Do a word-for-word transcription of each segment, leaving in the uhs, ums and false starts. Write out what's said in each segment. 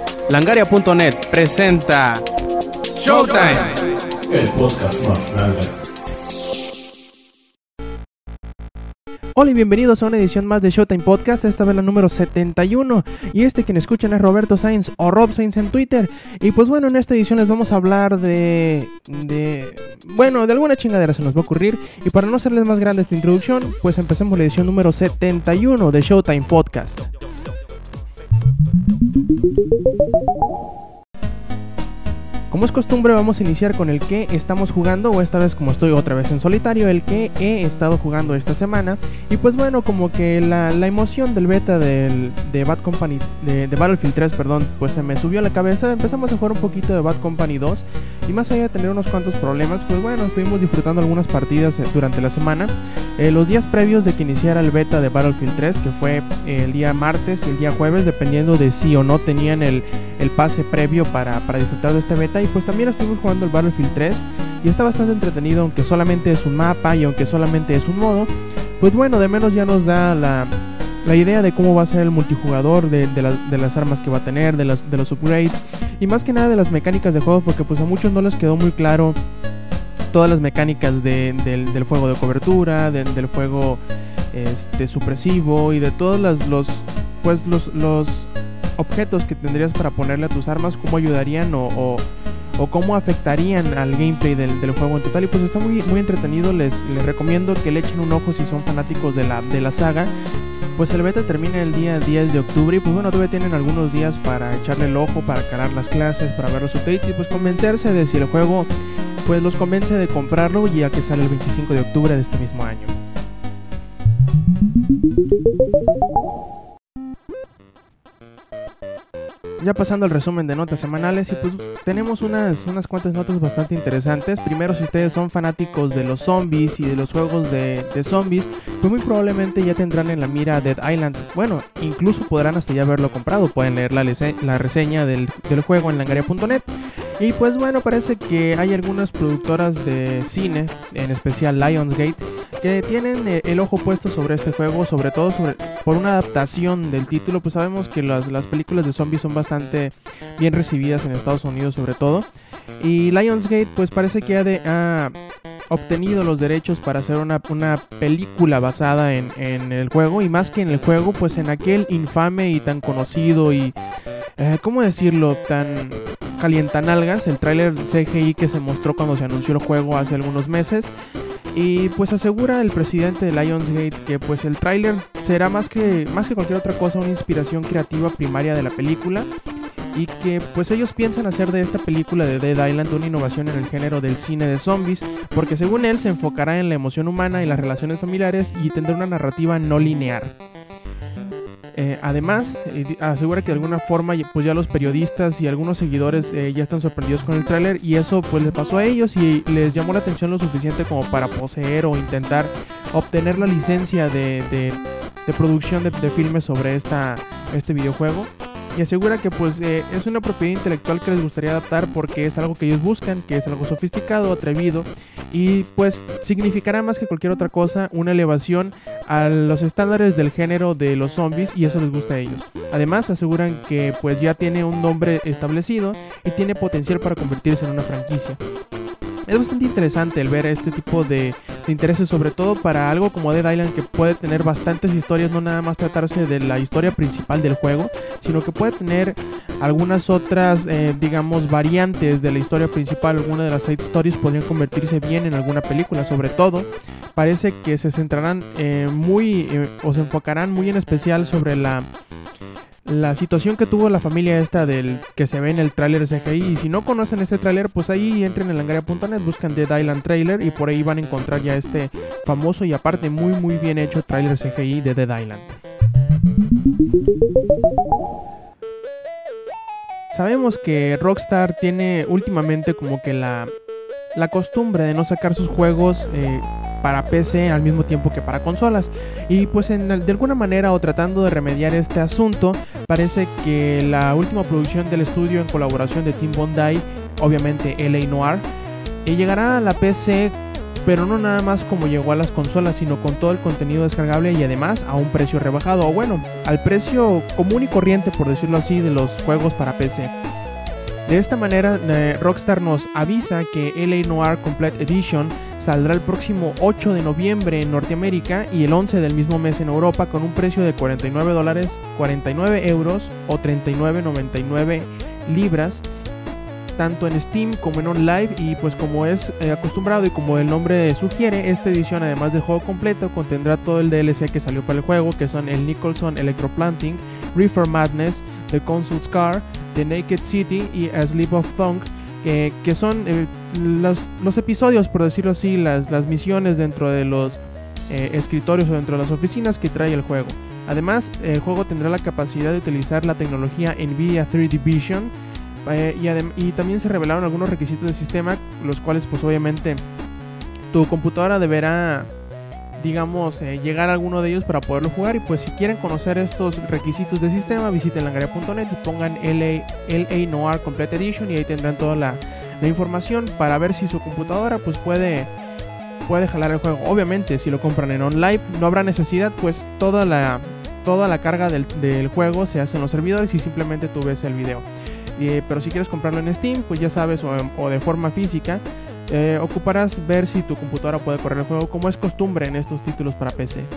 Langaria punto net presenta Showtime, el podcast más grande. Hola y bienvenidos a una edición más de Showtime Podcast, esta vez la número setenta y uno. Y este quien escuchan es Roberto Sainz o Rob Sainz en Twitter. Y pues bueno, en esta edición les vamos a hablar de... de bueno, de alguna chingadera se nos va a ocurrir. Y para no hacerles más grande esta introducción, pues empecemos la edición número setenta y uno de Showtime Podcast. Como es costumbre, vamos a iniciar con el que estamos jugando, o esta vez como estoy otra vez en solitario, el que he estado jugando esta semana. Y pues bueno, como que la, la emoción del beta del, de Bad Company, de, de Battlefield tres, perdón, pues se me subió a la cabeza. Empezamos a jugar un poquito de Bad Company dos, y más allá de tener unos cuantos problemas, pues bueno, estuvimos disfrutando algunas partidas durante la semana. Eh, los días previos de que iniciara el beta de Battlefield tres, que fue el día martes y el día jueves, dependiendo de si o no tenían el, el pase previo para, para disfrutar de este beta. Y pues también estuvimos jugando el Battlefield tres y está bastante entretenido, aunque solamente es un mapa y aunque solamente es un modo. Pues bueno, de menos ya nos da la, la idea de cómo va a ser el multijugador, de, de, la, de las armas que va a tener, de, las, de los upgrades y más que nada de las mecánicas de juego, porque pues a muchos no les quedó muy claro todas las mecánicas de, del, del fuego de cobertura, de, del fuego este, supresivo y de todos las, los, pues, los, los objetos que tendrías para ponerle a tus armas, cómo ayudarían o, o, o cómo afectarían al gameplay del, del juego en total. Y pues está muy, muy entretenido. Les, les recomiendo que le echen un ojo si son fanáticos de la, de la saga. Pues el beta termina el día diez de octubre y pues bueno, todavía tienen algunos días para echarle el ojo, para calar las clases, para ver los updates y pues convencerse de si el juego pues los convence de comprarlo, ya que sale el veinticinco de octubre de este mismo año. Ya pasando al resumen de notas semanales, y pues tenemos unas, unas cuantas notas bastante interesantes. Primero, si ustedes son fanáticos de los zombies y de los juegos de, de zombies, pues muy probablemente ya tendrán en la mira Dead Island. Bueno, incluso podrán hasta ya haberlo comprado. Pueden leer la, lese- la reseña del, del juego en langaria punto net. Y pues bueno, parece que hay algunas productoras de cine, en especial Lionsgate, que tienen el ojo puesto sobre este juego, sobre todo sobre, por una adaptación del título. Pues sabemos que las, las películas de zombies son bastante bien recibidas en Estados Unidos sobre todo. Y Lionsgate pues parece que ha, de, ha obtenido los derechos para hacer una, una película basada en, en el juego. Y más que en el juego, pues en aquel infame y tan conocido y... Eh, ¿cómo decirlo? Tan calientanalgas, el tráiler C G I que se mostró cuando se anunció el juego hace algunos meses. Y pues asegura el presidente de Lionsgate que pues el tráiler será más que, más que cualquier otra cosa una inspiración creativa primaria de la película, y que pues ellos piensan hacer de esta película de Dead Island una innovación en el género del cine de zombies, porque según él se enfocará en la emoción humana y las relaciones familiares y tendrá una narrativa no lineal. Eh, además, eh, asegura que de alguna forma pues ya los periodistas y algunos seguidores eh, ya están sorprendidos con el tráiler, y eso pues les pasó a ellos y les llamó la atención lo suficiente como para poseer o intentar obtener la licencia de, de, de producción de, de filmes sobre esta, este videojuego. Y asegura que pues eh, es una propiedad intelectual que les gustaría adaptar porque es algo que ellos buscan, que es algo sofisticado, atrevido, y pues significará más que cualquier otra cosa una elevación a los estándares del género de los zombies, y eso les gusta a ellos. Además aseguran que pues ya tiene un nombre establecido y tiene potencial para convertirse en una franquicia. Es bastante interesante el ver este tipo de, de intereses, sobre todo para algo como Dead Island, que puede tener bastantes historias, no nada más tratarse de la historia principal del juego, sino que puede tener algunas otras, eh, digamos, variantes de la historia principal. Algunas de las side stories podrían convertirse bien en alguna película. Sobre todo, parece que se centrarán eh, muy, eh, o se enfocarán muy en especial sobre la... la situación que tuvo la familia esta del que se ve en el tráiler C G I. Y si no conocen este tráiler, pues ahí entren en langaria punto net, buscan Dead Island Trailer y por ahí van a encontrar ya este famoso y aparte muy muy bien hecho tráiler C G I de Dead Island. Sabemos que Rockstar tiene últimamente como que la, la costumbre de no sacar sus juegos eh, para P C al mismo tiempo que para consolas, y pues en, de alguna manera, o tratando de remediar este asunto, parece que la última producción del estudio en colaboración de Team Bondi, obviamente L A Noire, eh, llegará a la P C pero no nada más como llegó a las consolas, sino con todo el contenido descargable y además a un precio rebajado, o bueno, al precio común y corriente, por decirlo así, de los juegos para P C. De esta manera, eh, Rockstar nos avisa que L A Noire Complete Edition saldrá el próximo ocho de noviembre en Norteamérica y el once del mismo mes en Europa, con un precio de cuarenta y nueve dólares, cuarenta y nueve euros o treinta y nueve noventa y nueve libras, tanto en Steam como en OnLive. Y pues como es eh, acostumbrado y como el nombre sugiere, esta edición, además del juego completo, contendrá todo el D L C que salió para el juego, que son el Nicholson Electroplanting, Reefer Madness, The Console Scar, The Naked City y A Slip of Tongue, que, que son eh, los, los episodios, por decirlo así, las, las misiones dentro de los eh, escritorios o dentro de las oficinas que trae el juego. Además, el juego tendrá la capacidad de utilizar la tecnología NVIDIA tres D Vision, eh, y, adem- y también se revelaron algunos requisitos del sistema, los cuales pues obviamente tu computadora deberá, digamos, eh, llegar a alguno de ellos para poderlo jugar. Y pues si quieren conocer estos requisitos del sistema, visiten langaria punto net y pongan L A Noire Complete Edition y ahí tendrán toda la, la información para ver si su computadora pues puede, puede jalar el juego. Obviamente si lo compran en OnLive no habrá necesidad, pues toda la, toda la carga del, del juego se hace en los servidores y simplemente tú ves el video. Eh, pero si quieres comprarlo en Steam, pues ya sabes, o, o de forma física, Eh, ocuparás ver si tu computadora puede correr el juego, como es costumbre en estos títulos para P C.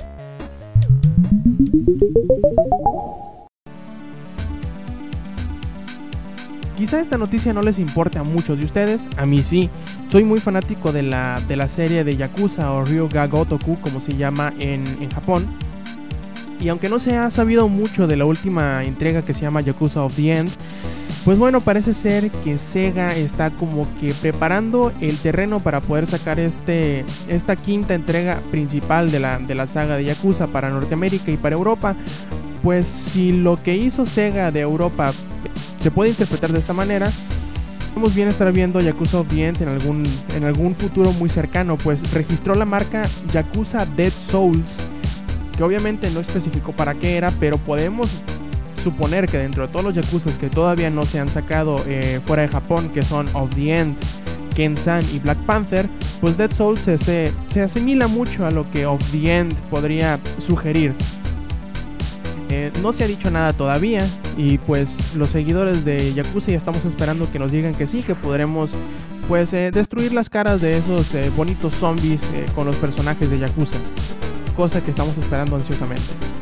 Quizá esta noticia no les importe a muchos de ustedes, a mí sí. Soy muy fanático de la, de la serie de Yakuza o Ryuga Gotoku, como se llama en, en Japón. Y aunque no se ha sabido mucho de la última entrega que se llama Yakuza of the End, pues bueno, parece ser que Sega está como que preparando el terreno para poder sacar este, esta quinta entrega principal de la, de la saga de Yakuza para Norteamérica y para Europa. Pues si lo que hizo Sega de Europa se puede interpretar de esta manera, podemos bien estar viendo Yakuza of the End en algún, en algún futuro muy cercano, pues registró la marca Yakuza Dead Souls, que obviamente no especificó para qué era, pero podemos suponer que dentro de todos los Yakuzas que todavía no se han sacado eh, fuera de Japón, que son Of the End, Ken-san y Black Panther, pues Dead Souls se, se, se asimila mucho a lo que Of the End podría sugerir. Eh, no se ha dicho nada todavía y pues los seguidores de Yakuza ya estamos esperando que nos digan que sí, que podremos pues eh, destruir las caras de esos eh, bonitos zombies eh, con los personajes de Yakuza, cosa que estamos esperando ansiosamente.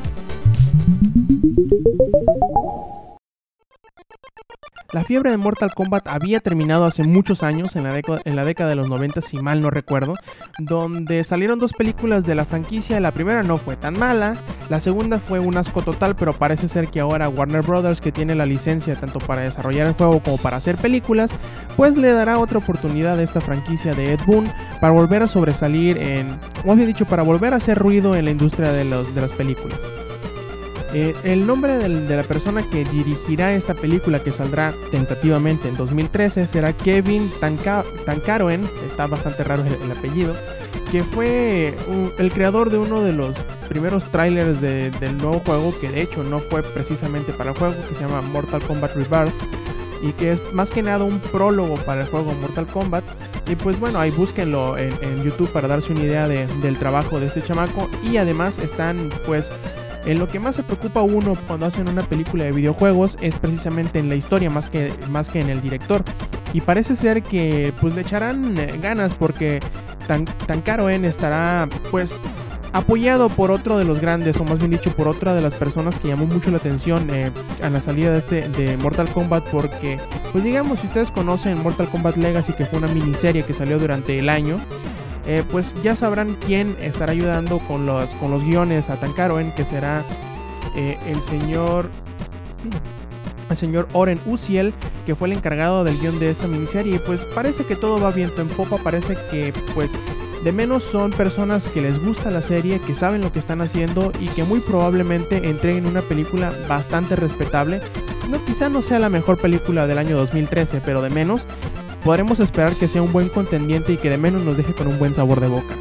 La fiebre de Mortal Kombat había terminado hace muchos años, en la, deco- en la década de los noventa, si mal no recuerdo, donde salieron dos películas de la franquicia. La primera no fue tan mala, la segunda fue un asco total, pero parece ser que ahora Warner Brothers, que tiene la licencia tanto para desarrollar el juego como para hacer películas, pues le dará otra oportunidad a esta franquicia de Ed Boon para volver a sobresalir en, o había dicho, para volver a hacer ruido en la industria de, los, de las películas. Eh, el nombre del, de la persona que dirigirá esta película, que saldrá tentativamente en dos mil trece, será Kevin Tanka, Tankaroen, está bastante raro el, el apellido, que fue un, el creador de uno de los primeros trailers de, del nuevo juego, que de hecho no fue precisamente para el juego, que se llama Mortal Kombat Rebirth, y que es más que nada un prólogo para el juego Mortal Kombat. Y pues bueno, ahí búsquenlo en, en YouTube para darse una idea de, del trabajo de este chamaco. Y además están pues... En lo que más se preocupa uno cuando hacen una película de videojuegos es precisamente en la historia, más que, más que en el director. Y parece ser que pues le echarán ganas, porque Tan, Tankaroen estará pues apoyado por otro de los grandes, o más bien dicho por otra de las personas que llamó mucho la atención eh, a la salida de este de Mortal Kombat, porque pues digamos, si ustedes conocen Mortal Kombat Legacy, que fue una miniserie que salió durante el año, Eh, pues ya sabrán quién estará ayudando con los, con los guiones a Tankaroen, que será eh, el señor el señor Oren Uziel, que fue el encargado del guión de esta miniserie. Y pues parece que todo va viento en popa, parece que pues de menos son personas que les gusta la serie, que saben lo que están haciendo y que muy probablemente entreguen una película bastante respetable. No, quizá no sea la mejor película del año dos mil trece, pero de menos podremos esperar que sea un buen contendiente y que de menos nos deje con un buen sabor de boca.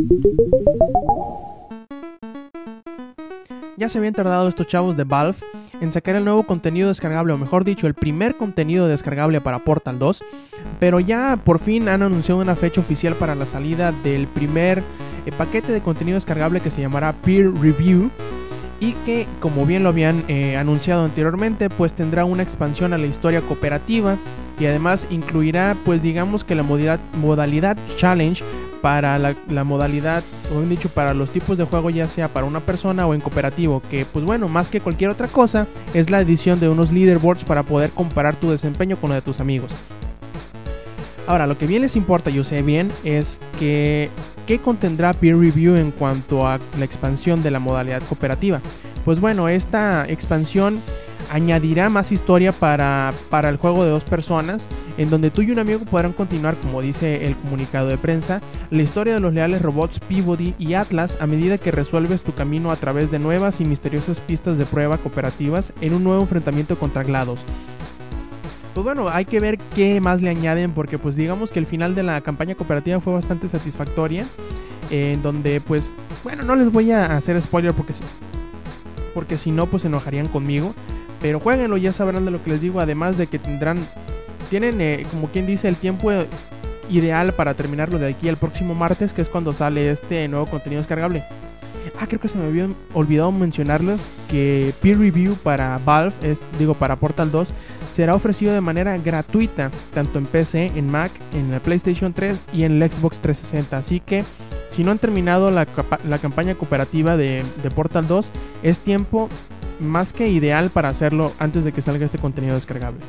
Ya se habían tardado estos chavos de Valve en sacar el nuevo contenido descargable, o mejor dicho, el primer contenido descargable para Portal dos, pero ya por fin han anunciado una fecha oficial para la salida del primer eh, paquete de contenido descargable que se llamará Peer Review, y que, como bien lo habían eh, anunciado anteriormente, pues tendrá una expansión a la historia cooperativa y además incluirá, pues digamos que la modalidad, modalidad challenge para la, la modalidad, o bien dicho, para los tipos de juego, ya sea para una persona o en cooperativo, que pues bueno, más que cualquier otra cosa, es la adición de unos leaderboards para poder comparar tu desempeño con lo de tus amigos. Ahora, lo que bien les importa, yo sé bien, es que ¿qué contendrá Peer Review en cuanto a la expansión de la modalidad cooperativa? Pues bueno, esta expansión añadirá más historia para, para el juego de dos personas, en donde tú y un amigo podrán continuar, como dice el comunicado de prensa, la historia de los leales robots Peabody y Atlas a medida que resuelves tu camino a través de nuevas y misteriosas pistas de prueba cooperativas en un nuevo enfrentamiento contra GLaDOS. Pues bueno, hay que ver qué más le añaden, porque pues digamos que el final de la campaña cooperativa fue bastante satisfactoria, eh, en donde pues, bueno, no les voy a hacer spoiler porque, porque si no pues se enojarían conmigo, pero jueguenlo, ya sabrán de lo que les digo, además de que tendrán, tienen eh, como quien dice el tiempo ideal para terminarlo de aquí al próximo martes, que es cuando sale este nuevo contenido descargable. Ah, creo que se me había olvidado mencionarles que Peer Review para Valve, es, digo para Portal dos, será ofrecido de manera gratuita, tanto en P C, en Mac, en la PlayStation tres y en el Xbox trescientos sesenta. Así que, si no han terminado la, la campaña cooperativa de, de Portal dos, es tiempo más que ideal para hacerlo antes de que salga este contenido descargable.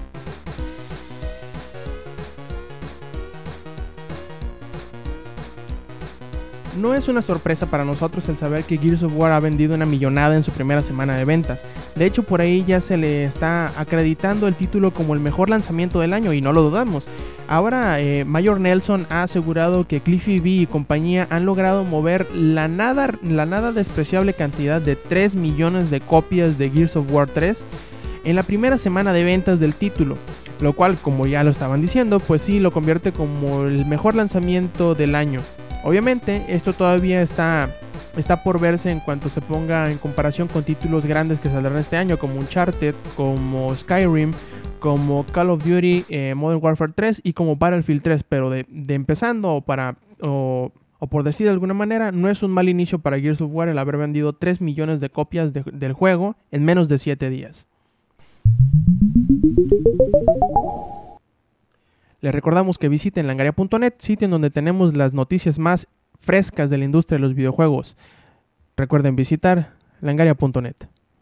No es una sorpresa para nosotros el saber que Gears of War ha vendido una millonada en su primera semana de ventas. De hecho, por ahí ya se le está acreditando el título como el mejor lanzamiento del año, y no lo dudamos. Ahora, eh, Mayor Nelson ha asegurado que Cliffy B y compañía han logrado mover la nada, la nada despreciable cantidad de tres millones de copias de Gears of War tres en la primera semana de ventas del título, lo cual, como ya lo estaban diciendo, pues sí lo convierte como el mejor lanzamiento del año. Obviamente esto todavía está, está por verse en cuanto se ponga en comparación con títulos grandes que saldrán este año, como Uncharted, como Skyrim, como Call of Duty, eh, Modern Warfare tres y como Battlefield tres, pero de, de empezando o, para, o, o por decir de alguna manera, no es un mal inicio para Gears of War el haber vendido tres millones de copias de, del juego en menos de siete días. Les recordamos que visiten langaria punto net, sitio en donde tenemos las noticias más frescas de la industria de los videojuegos. Recuerden visitar langaria punto net.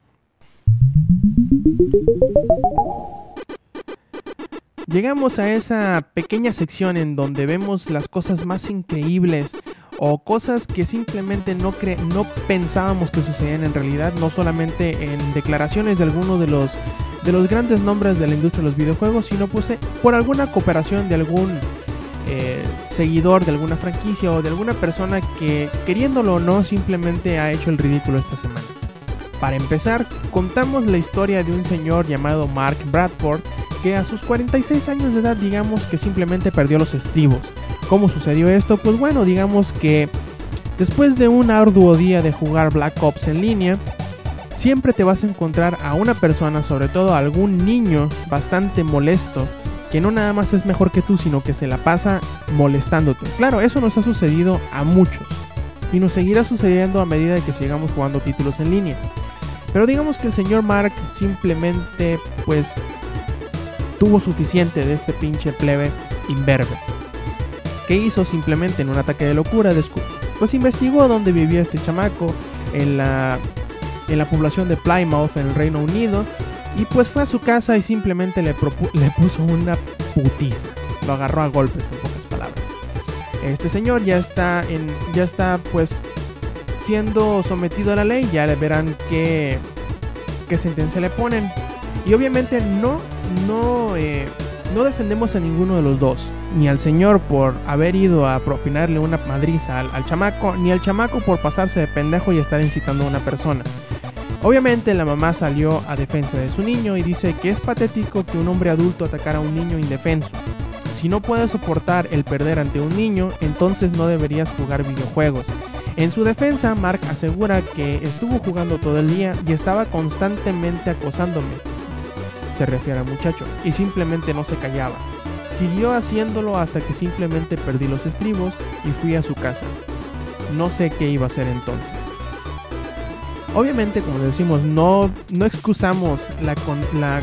Llegamos a esa pequeña sección en donde vemos las cosas más increíbles o cosas que simplemente no, cre- no pensábamos que sucedían en realidad, no solamente en declaraciones de algunos de los de los grandes nombres de la industria de los videojuegos, sino pues eh, por alguna cooperación de algún eh, seguidor de alguna franquicia o de alguna persona que, queriéndolo o no, simplemente ha hecho el ridículo esta semana. Para empezar, contamos la historia de un señor llamado Mark Bradford, que a sus cuarenta y seis años de edad, digamos que simplemente perdió los estribos. ¿Cómo sucedió esto? Pues bueno, digamos que después de un arduo día de jugar Black Ops en línea, siempre te vas a encontrar a una persona, sobre todo a algún niño bastante molesto, que no nada más es mejor que tú, sino que se la pasa molestándote. Claro, eso nos ha sucedido a muchos y nos seguirá sucediendo a medida de que sigamos jugando títulos en línea. Pero digamos que el señor Mark simplemente pues tuvo suficiente de este pinche plebe imberbe. ¿Qué hizo? Simplemente en un ataque de locura descu- pues investigó dónde vivía este chamaco en la... en la población de Plymouth, en el Reino Unido, y pues fue a su casa y simplemente le, propu- le puso una putiza. Lo agarró a golpes, en pocas palabras. Este señor ya está, en, ya está pues siendo sometido a la ley, ya le verán qué, qué sentencia le ponen. Y obviamente no, no, eh, no defendemos a ninguno de los dos, ni al señor por haber ido a propinarle una madriza al, al chamaco, ni al chamaco por pasarse de pendejo y estar incitando a una persona. Obviamente la mamá salió a defensa de su niño y dice que es patético que un hombre adulto atacara a un niño indefenso. Si no puedes soportar el perder ante un niño, entonces no deberías jugar videojuegos. En su defensa, Mark asegura que estuvo jugando todo el día y estaba constantemente acosándome, se refiere al muchacho, y simplemente no se callaba. Siguió haciéndolo hasta que simplemente perdí los estribos y fui a su casa. No sé qué iba a hacer entonces. Obviamente, como decimos, no, no excusamos la, con, la,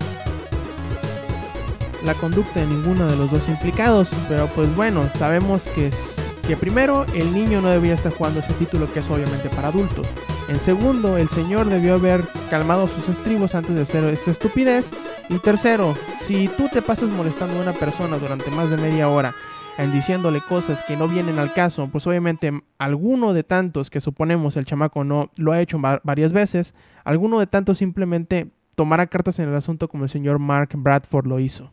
la conducta de ninguno de los dos implicados, pero pues bueno, sabemos que, es, que primero, el niño no debía estar jugando ese título que es obviamente para adultos. En segundo, el señor debió haber calmado sus estribos antes de hacer esta estupidez. Y tercero, si tú te pasas molestando a una persona durante más de media hora en diciéndole cosas que no vienen al caso, pues obviamente alguno de tantos que suponemos el chamaco no lo ha hecho varias veces, alguno de tantos simplemente tomará cartas en el asunto como el señor Mark Bradford lo hizo.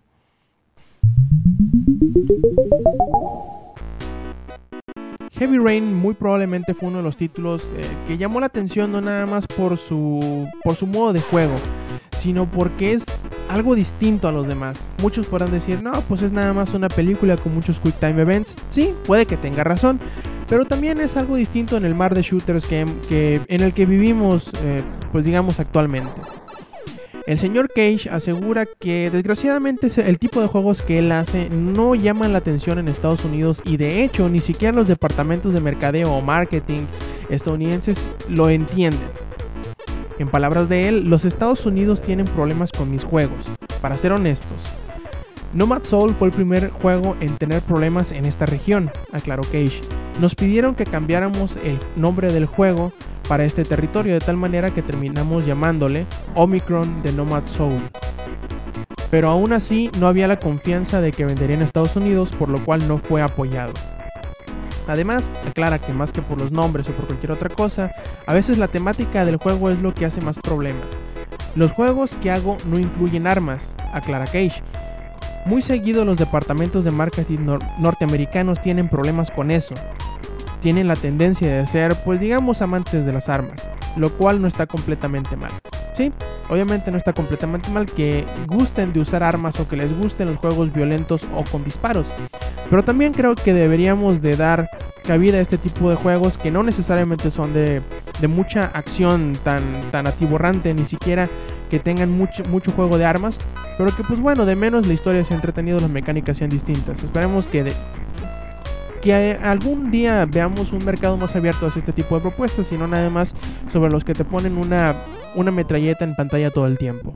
Heavy Rain muy probablemente fue uno de los títulos eh, que llamó la atención no nada más por su, por su modo de juego, sino porque es algo distinto a los demás. Muchos podrán decir, no, pues es nada más una película con muchos Quick Time Events. Sí, puede que tenga razón, pero también es algo distinto en el mar de shooters que, que, en el que vivimos, eh, pues digamos actualmente. El señor Cage asegura que desgraciadamente el tipo de juegos que él hace no llaman la atención en Estados Unidos y de hecho ni siquiera los departamentos de mercadeo o marketing estadounidenses lo entienden. En palabras de él, los Estados Unidos tienen problemas con mis juegos. Para ser honestos, Nomad Soul fue el primer juego en tener problemas en esta región, aclaró Cage. Nos pidieron que cambiáramos el nombre del juego para este territorio de tal manera que terminamos llamándole Omicron de Nomad Soul. Pero aún así no había la confianza de que vendería en Estados Unidos, por lo cual no fue apoyado. Además, aclara que más que por los nombres o por cualquier otra cosa, a veces la temática del juego es lo que hace más problema. Los juegos que hago no incluyen armas, aclara Cage. Muy seguido los departamentos de marketing nor- norteamericanos tienen problemas con eso. Tienen la tendencia de ser, pues digamos, amantes de las armas, lo cual no está completamente mal. Sí, obviamente no está completamente mal que gusten de usar armas o que les gusten los juegos violentos o con disparos, pero también creo que deberíamos de dar cabida a este tipo de juegos que no necesariamente son de, de mucha acción tan, tan atiborrante, ni siquiera que tengan mucho, mucho juego de armas, pero que pues bueno, de menos la historia sea entretenida, las mecánicas sean distintas. Esperemos que de, que algún día veamos un mercado más abierto hacia este tipo de propuestas y no nada más sobre los que te ponen una, una metralleta en pantalla todo el tiempo.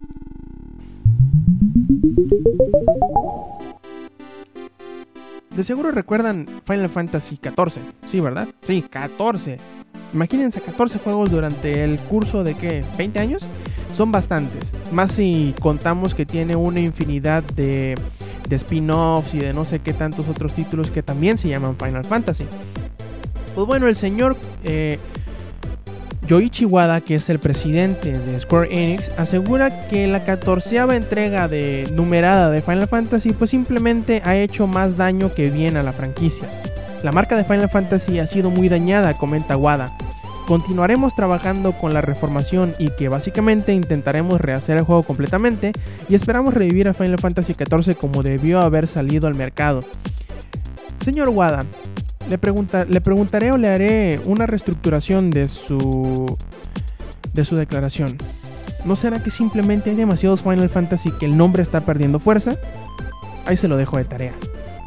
De seguro recuerdan Final Fantasy catorce, sí, ¿verdad? Sí, catorce. Imagínense catorce juegos durante el curso de ¿qué? ¿veinte años? Son bastantes, más si contamos que tiene una infinidad de, de spin-offs y de no sé qué tantos otros títulos que también se llaman Final Fantasy. Pues bueno, el señor eh, Yoichi Wada, que es el presidente de Square Enix, asegura que la catorceava entrega de numerada de Final Fantasy pues simplemente ha hecho más daño que bien a la franquicia. La marca de Final Fantasy ha sido muy dañada, comenta Wada. Continuaremos trabajando con la reformación y que básicamente intentaremos rehacer el juego completamente y esperamos revivir a Final Fantasy catorce como debió haber salido al mercado. Señor Wada, le, pregunta, le preguntaré o le haré una reestructuración de su, de su declaración. ¿No será que simplemente hay demasiados Final Fantasy que el nombre está perdiendo fuerza? Ahí se lo dejo de tarea.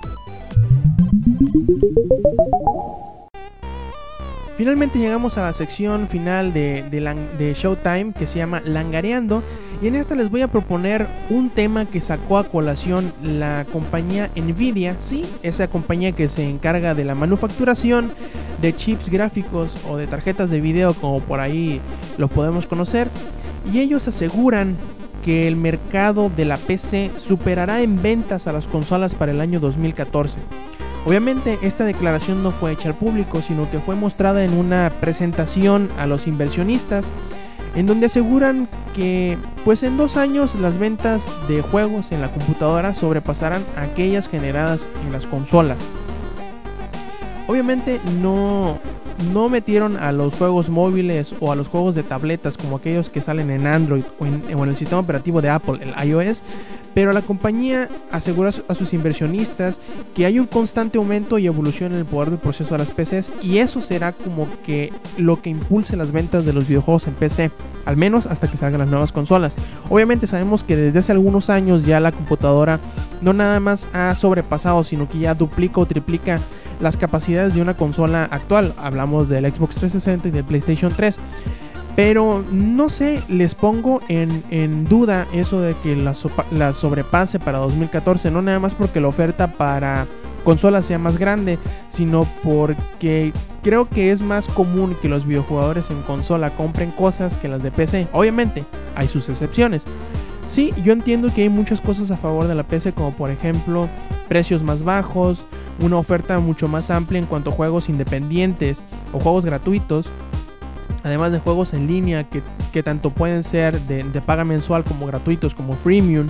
Finalmente llegamos a la sección final de, de, de Showtime que se llama Langareando, y en esta les voy a proponer un tema que sacó a colación la compañía Nvidia, sí, esa compañía que se encarga de la manufacturación de chips gráficos o de tarjetas de video como por ahí lo podemos conocer, y ellos aseguran que el mercado de la P C superará en ventas a las consolas para el año dos mil catorce. Obviamente esta declaración no fue hecha al público, sino que fue mostrada en una presentación a los inversionistas, en donde aseguran que pues en dos años las ventas de juegos en la computadora sobrepasarán a aquellas generadas en las consolas. Obviamente no, no metieron a los juegos móviles o a los juegos de tabletas como aquellos que salen en Android o en, o en el sistema operativo de Apple, el iOS, pero la compañía asegura a sus inversionistas que hay un constante aumento y evolución en el poder del proceso de las P Cs, y eso será como que lo que impulse las ventas de los videojuegos en P C, al menos hasta que salgan las nuevas consolas. Obviamente sabemos que desde hace algunos años ya la computadora no nada más ha sobrepasado, sino que ya duplica o triplica las capacidades de una consola actual. Hablamos del Xbox trescientos sesenta y del PlayStation tres. Pero no sé, les pongo en, en duda eso de que la, sopa, la sobrepase para dos mil catorce. No nada más porque la oferta para consolas sea más grande, sino porque creo que es más común que los videojugadores en consola compren cosas que las de P C. Obviamente, hay sus excepciones. Sí, yo entiendo que hay muchas cosas a favor de la P C, como por ejemplo precios más bajos, una oferta mucho más amplia en cuanto a juegos independientes o juegos gratuitos. Además de juegos en línea que, que tanto pueden ser de, de paga mensual como gratuitos, como freemium.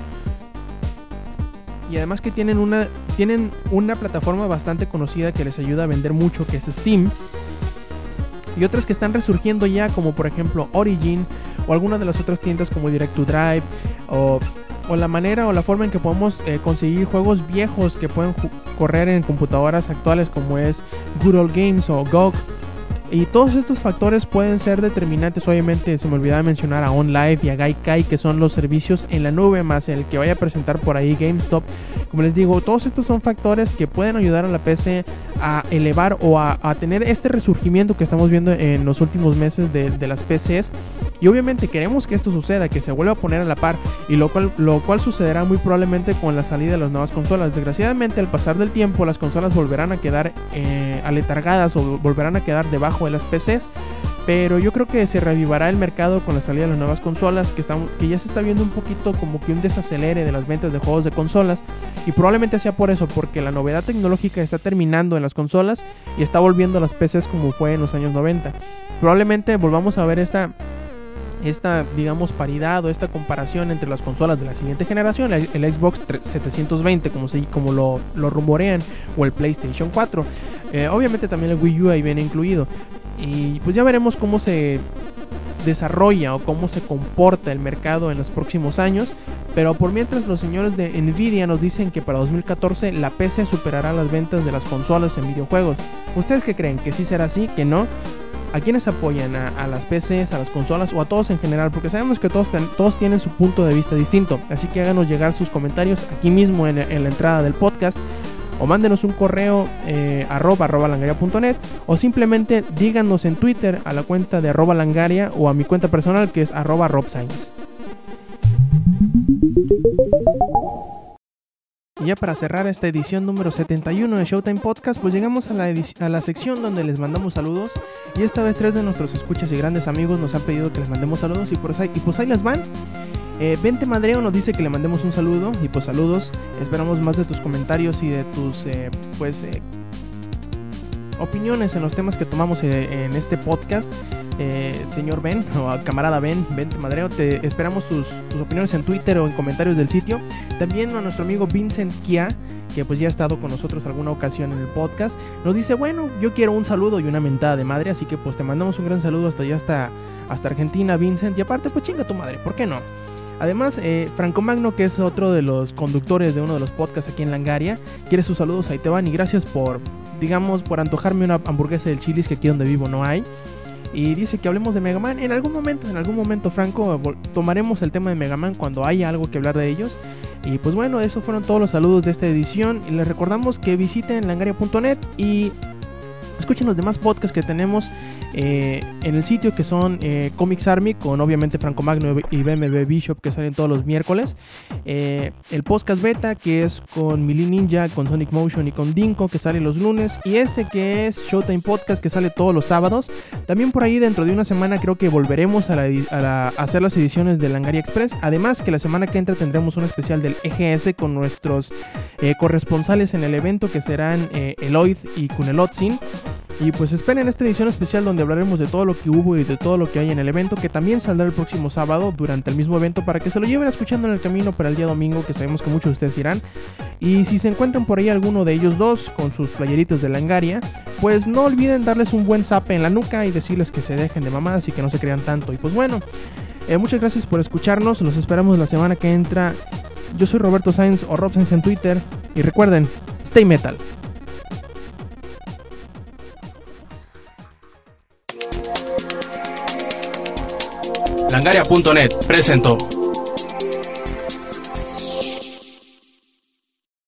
Y además que tienen una, tienen una plataforma bastante conocida que les ayuda a vender mucho, que es Steam. Y otras que están resurgiendo ya, como por ejemplo Origin, o algunas de las otras tiendas como Direct to Drive, o, o la manera o la forma en que podemos eh, conseguir juegos viejos que pueden ju- correr en computadoras actuales, como es Good Old Games o G O G. Y todos estos factores pueden ser determinantes. Obviamente se me olvidaba mencionar a OnLive y a Gaikai, que son los servicios en la nube, más el que vaya a presentar por ahí GameStop. Como les digo, todos estos son factores que pueden ayudar a la P C a elevar o a, a tener este resurgimiento que estamos viendo en los últimos meses de, de las P Cs. Y obviamente queremos que esto suceda, que se vuelva a poner a la par, y lo cual, lo cual sucederá muy probablemente con la salida de las nuevas consolas. Desgraciadamente, al pasar del tiempo, las consolas volverán a quedar eh, aletargadas o volverán a quedar debajo de las P Cs, pero yo creo que se reavivará el mercado con la salida de las nuevas consolas, que, están, que ya se está viendo un poquito como que un desacelere de las ventas de juegos de consolas, y probablemente sea por eso, porque la novedad tecnológica está terminando en las consolas y está volviendo a las P Cs como fue en los años noventa. Probablemente volvamos a ver esta esta, digamos, paridad o esta comparación entre las consolas de la siguiente generación, el, el Xbox setecientos veinte, como, se, como lo, lo rumorean, o el PlayStation cuatro. Eh, obviamente también el Wii U ahí viene incluido. Y pues ya veremos cómo se desarrolla o cómo se comporta el mercado en los próximos años. Pero por mientras, los señores de Nvidia nos dicen que para dos mil catorce la P C superará las ventas de las consolas en videojuegos. ¿Ustedes qué creen? ¿Que sí será así? ¿Que no? ¿A quiénes apoyan? ¿A, a las P Cs, a las consolas o a todos en general? Porque sabemos que todos, ten, todos tienen su punto de vista distinto. Así que háganos llegar sus comentarios aquí mismo en, en la entrada del podcast. O mándenos un correo eh, arroba, arroba langaria punto net, o simplemente díganos en Twitter a la cuenta de arroba langaria o a mi cuenta personal, que es arroba robscience. Y ya para cerrar esta edición número setenta y uno de Showtime Podcast, pues llegamos a la, edic- a la sección donde les mandamos saludos. Y esta vez tres de nuestros escuchas y grandes amigos nos han pedido que les mandemos saludos, y, por ahí, y pues ahí les van. Eh, Vente Madreo nos dice que le mandemos un saludo, y pues saludos. Esperamos más de tus comentarios y de tus eh, pues eh, opiniones en los temas que tomamos eh, en este podcast. Eh, señor Ben, o camarada Ben, Vente Madreo, te esperamos tus, tus opiniones en Twitter o en comentarios del sitio. También a nuestro amigo Vincent Kia, que pues ya ha estado con nosotros alguna ocasión en el podcast, nos dice, bueno, yo quiero un saludo y una mentada de madre, así que pues te mandamos un gran saludo hasta allá, hasta, hasta Argentina, Vincent. Y aparte, pues chinga tu madre, ¿por qué no? Además, eh, Franco Magno, que es otro de los conductores de uno de los podcasts aquí en Langaria, quiere sus saludos, ahí te van, y gracias por, digamos, por antojarme una hamburguesa del Chili's, que aquí donde vivo no hay. Y dice que hablemos de Mega Man. En algún momento, en algún momento, Franco, tomaremos el tema de Mega Man cuando haya algo que hablar de ellos. Y pues bueno, esos fueron todos los saludos de esta edición. Y les recordamos que visiten langaria punto net y escuchen los demás podcasts que tenemos eh, en el sitio, que son eh, Comics Army, con obviamente Franco Magno y B M W Bishop, que salen todos los miércoles. Eh, el podcast Beta, que es con Mili Ninja, con Sonic Motion y con Dinko, que sale los lunes. Y este, que es Showtime Podcast, que sale todos los sábados. También por ahí, dentro de una semana, creo que volveremos a, la, a, la, a hacer las ediciones de Langaria Express. Además, que la semana que entra tendremos un especial del E G S con nuestros eh, corresponsales en el evento, que serán eh, Eloyd y Kunelotzin. Y pues esperen esta edición especial donde hablaremos de todo lo que hubo y de todo lo que hay en el evento, que también saldrá el próximo sábado durante el mismo evento, para que se lo lleven escuchando en el camino para el día domingo, que sabemos que muchos de ustedes irán. Y si se encuentran por ahí alguno de ellos dos con sus playeritas de Langaria, pues no olviden darles un buen zape en la nuca y decirles que se dejen de mamadas y que no se crean tanto. Y pues bueno, eh, muchas gracias por escucharnos, los esperamos la semana que entra Yo soy Roberto Sainz o Rob Sainz en Twitter. Y recuerden, stay metal. Langaria punto net presentó